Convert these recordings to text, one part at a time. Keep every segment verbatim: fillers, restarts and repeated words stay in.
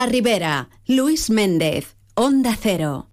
Rivera, Luis Méndez, Onda Cero.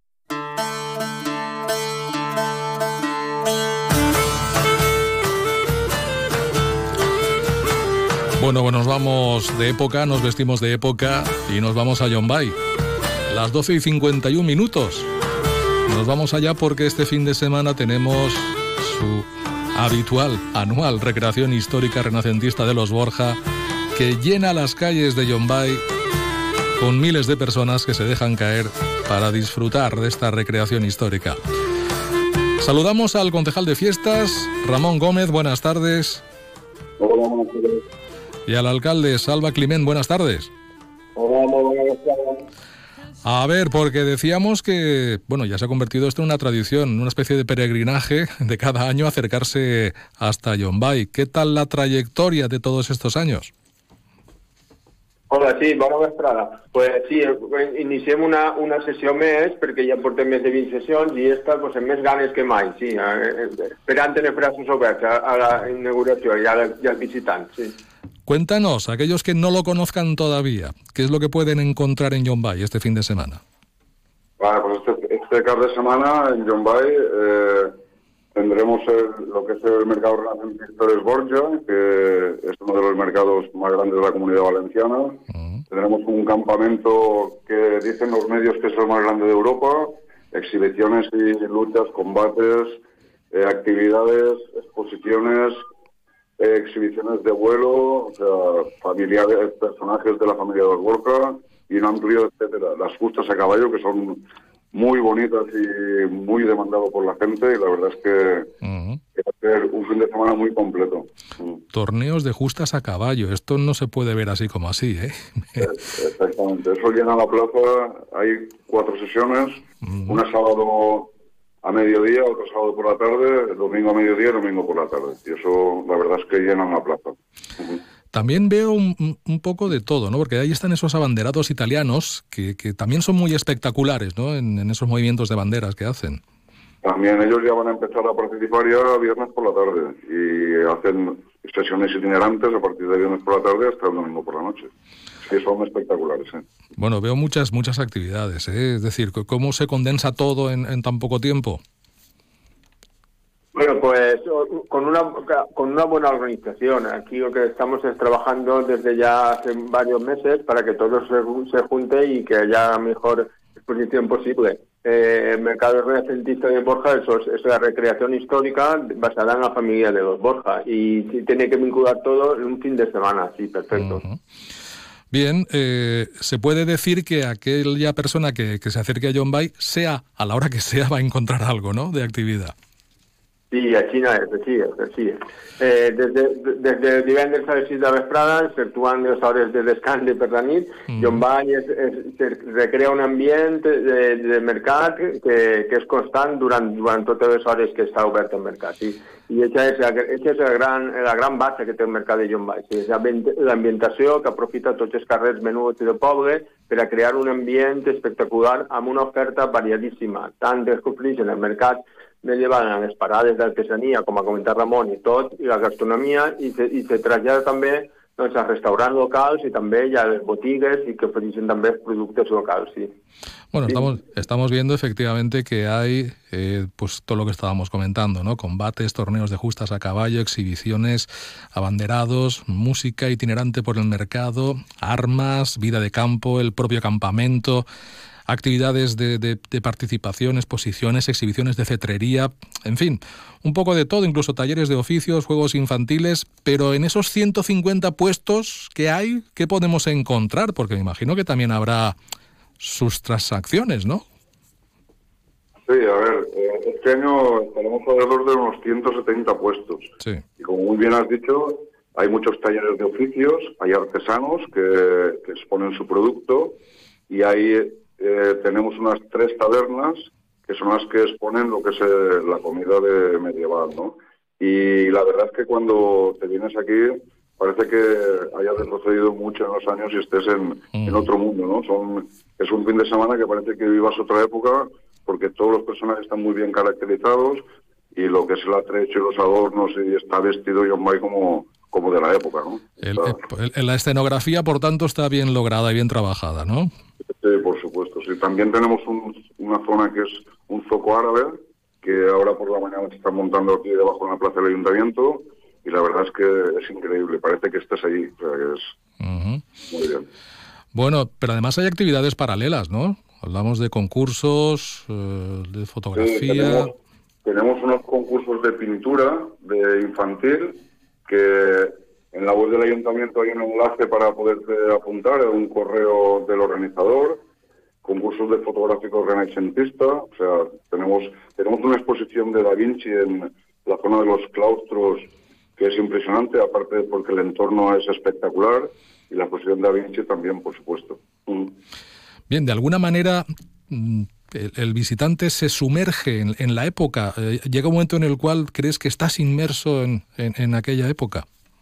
Bueno, pues nos vamos de época, nos vestimos de época y nos vamos a Llombai. Las doce y cincuenta y un minutos. Nos vamos allá porque este fin de semana tenemos su habitual, anual recreación histórica renacentista de los Borja, que llena las calles de Llombai con miles de personas que se dejan caer para disfrutar de esta recreación histórica. Saludamos al concejal de fiestas, Ramón Gómez, buenas tardes. Hola, buenas tardes. Y al alcalde, Salva Climent, buenas tardes. Hola, buenas tardes. A ver, porque decíamos que, bueno, ya se ha convertido esto en una tradición, una especie de peregrinaje de cada año acercarse hasta Llombai. ¿Qué tal la trayectoria de todos estos años? Hola, sí, bona vesprada. Pues sí, iniciem una, una sessió més, perquè ja portem més de vint sessions i esta pues, amb més ganes que mai, sí, esperant tenir braços oberts a, a la inauguració i, a la, i als visitants, sí. Cuéntanos, aquellos que no lo conozcan todavía, ¿qué es lo que pueden encontrar en Llombai este fin de semana? Vale, pues este, este cap de semana en Llombai eh, tendremos el, lo que es el mercado renacentista de Borja, que es uno de los mercados más grandes de la Comunidad Valenciana. Uh-huh. Tendremos un campamento que dicen los medios que es el más grande de Europa, exhibiciones y luchas, combates, eh, actividades, exposiciones, eh, exhibiciones de vuelo, o sea, familiares, personajes de la familia de los Borja y un amplio etcétera. Las justas a caballo, que son muy bonitas y muy demandado por la gente, y la verdad es que uh-huh. va a ser un fin de semana muy completo. Torneos de justas a caballo, esto no se puede ver así como así, ¿eh? Exactamente, eso llena la plaza, hay cuatro sesiones, uh-huh. una sábado a mediodía, otro sábado por la tarde, domingo a mediodía y domingo por la tarde, y eso la verdad es que llenan la plaza. Uh-huh. También veo un, un poco de todo, ¿no? Porque ahí están esos abanderados italianos que, que también son muy espectaculares, ¿no? En, en esos movimientos de banderas que hacen. También ellos ya van a empezar a participar ya viernes por la tarde y hacen sesiones itinerantes a partir de viernes por la tarde hasta el domingo por la noche. Sí, son espectaculares, ¿eh? Bueno, veo muchas muchas actividades, ¿eh? Es decir, ¿cómo se condensa todo en, en tan poco tiempo? Bueno, pues con una con una buena organización. Aquí lo que estamos es trabajando desde ya hace varios meses para que todo se, se junte y que haya la mejor exposición posible. Eh, el mercado renacentista de Borja eso es, es la recreación histórica basada en la familia de los Borja y tiene que vincular todo en un fin de semana, sí, perfecto. Uh-huh. Bien, eh, se puede decir que aquella persona que, que se acerque a Llombai, sea a la hora que sea, va a encontrar algo, ¿no?, de actividad. Sí, així no és, així és, així és. Eh, des, de, des de divendres a les sis de vesprada s'efectuen les hores de descans de per la nit, mm. Llombai es, es, se recrea un ambient de, de mercat que, que és constant durant, durant totes les hores que està obert el mercat, sí. I aquesta és, la, aquesta és la, gran, la gran base que té el mercat de Llombai, sí. És l'ambientació que aprofita tots els carrers menuts del poble per a crear un ambient espectacular amb una oferta variadíssima, tant dels que ofereixen el mercat medieval en les parades d'artesania, com ha comentat Ramon, i tot, i la gastronomia, i se, i se trasllada també doncs, a restaurants locals i també hi ha les botigues i que ofereixen també productes locals, sí. Bueno, sí. Estamos, estamos viendo efectivamente que hay eh, pues todo lo que estábamos comentando, ¿no? Combates, torneos de justas a caballo, exhibiciones, abanderados, música itinerante por el mercado, armas, vida de campo, el propio campamento, actividades de, de, de participación, exposiciones, exhibiciones de cetrería, en fin, un poco de todo, incluso talleres de oficios, juegos infantiles, pero en esos ciento cincuenta puestos que hay, ¿qué podemos encontrar? Porque me imagino que también habrá sus transacciones, ¿no? Sí, a ver, eh, este año estaremos alrededor de unos ciento setenta puestos. Sí. Y como muy bien has dicho, hay muchos talleres de oficios, hay artesanos que, que exponen su producto y hay... Eh, tenemos unas tres tabernas que son las que exponen lo que es eh, la comida de medieval, ¿no? Y la verdad es que cuando te vienes aquí parece que hayas retrocedido mucho en los años y estés en, mm. en otro mundo, ¿no? Son, es un fin de semana que parece que vivas otra época porque todos los personajes están muy bien caracterizados y lo que es el atrecho y los adornos y está vestido Llombai como, como de la época, ¿no? El, el, la escenografía, por tanto, está bien lograda y bien trabajada, ¿no? Sí, por supuesto. Sí, también tenemos un, una zona que es un zoco árabe, que ahora por la mañana se está montando aquí debajo en la plaza del Ayuntamiento, y la verdad es que es increíble, parece que estás allí, o sea, que es uh-huh. muy bien. Bueno, pero además hay actividades paralelas, ¿no? Hablamos de concursos, eh, de fotografía... Sí, tenemos, tenemos unos concursos de pintura, de infantil, que en la web del Ayuntamiento hay un enlace para poderte apuntar, un correo del organizador, concursos de fotográfico renacentista, o sea, tenemos, tenemos una exposición de Da Vinci en la zona de los claustros, que es impresionante, aparte porque el entorno es espectacular, y la exposición de Da Vinci también, por supuesto. Mm. Bien, de alguna manera el, el visitante se sumerge en, en la época. Eh, llega un momento en el cual crees que estás inmerso en, en, en aquella época.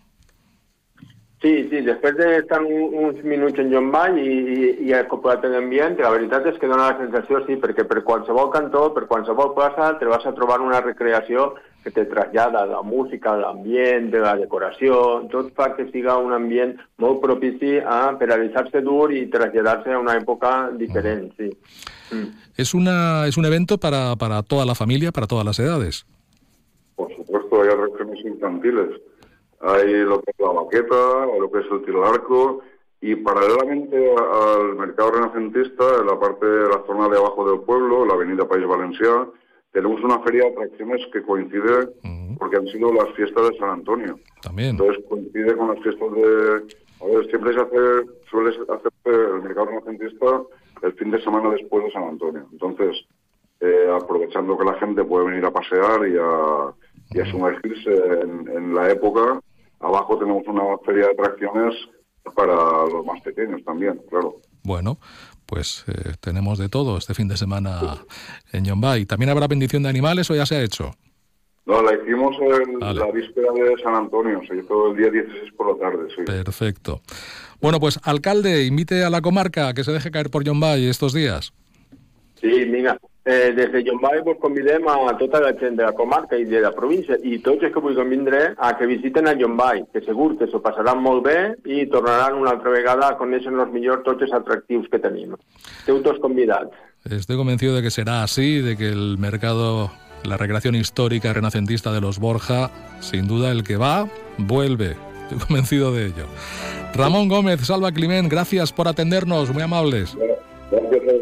Sí, sí, després d'estar un, uns minuts en Llombai i, i, i acoplat en l'ambient, la veritat és que dona la sensació, sí, perquè per qualsevol cantó, per qualsevol plaça, te vas a trobar una recreació que te trasllada la música, l'ambient, de la decoració, tot fa que siga un ambient molt propici a, per a deixar-se dur i traslladar-se a una època diferent, sí. Mm. Es, una, es un evento para, para toda la familia, para todas las edades. Por supuesto, hay recreaciones infantiles. Hay lo que es la baqueta, o lo que es el tiro al arco, y paralelamente al mercado renacentista, en la parte de la zona de abajo del pueblo, la avenida País Valencià, tenemos una feria de atracciones que coincide, uh-huh. porque han sido las fiestas de San Antonio. También. Entonces coincide con las fiestas de... A ver, siempre se hace, suele hacerse el mercado renacentista el fin de semana después de San Antonio. Entonces, eh, aprovechando que la gente puede venir a pasear y a, y a sumergirse en, en la época, abajo tenemos una feria de atracciones para los más pequeños también, claro. Bueno, pues eh, tenemos de todo este fin de semana en Llombai. ¿También habrá bendición de animales o ya se ha hecho? No, la hicimos en vale. la víspera de San Antonio, se hizo el día dieciséis por la tarde, sí. Perfecto. Bueno, pues, alcalde, invite a la comarca a que se deje caer por Llombai estos días. Sí, mira, eh, des de Llombai vos convidem a tota la gent de la comarca i de la província i tots els que vulguin vindre a que visiten a Llombai, que segur que s'ho passaran molt bé i tornaran una altra vegada a conèixer los millors tots els atractius que tenim. Esteu tots convidats. Estoy convencido de que será así, de que el mercado, la recreación histórica renacentista de los Borja, sin duda el que va, vuelve. Estoy convencido de ello. Ramón Gómez, Salva Climent, gracias por atendernos, muy amables. Gracias a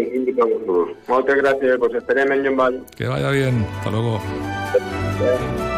vosotros. Muchas gracias, pues esperem en Llombai. Que vaya bien, hasta luego. Sí.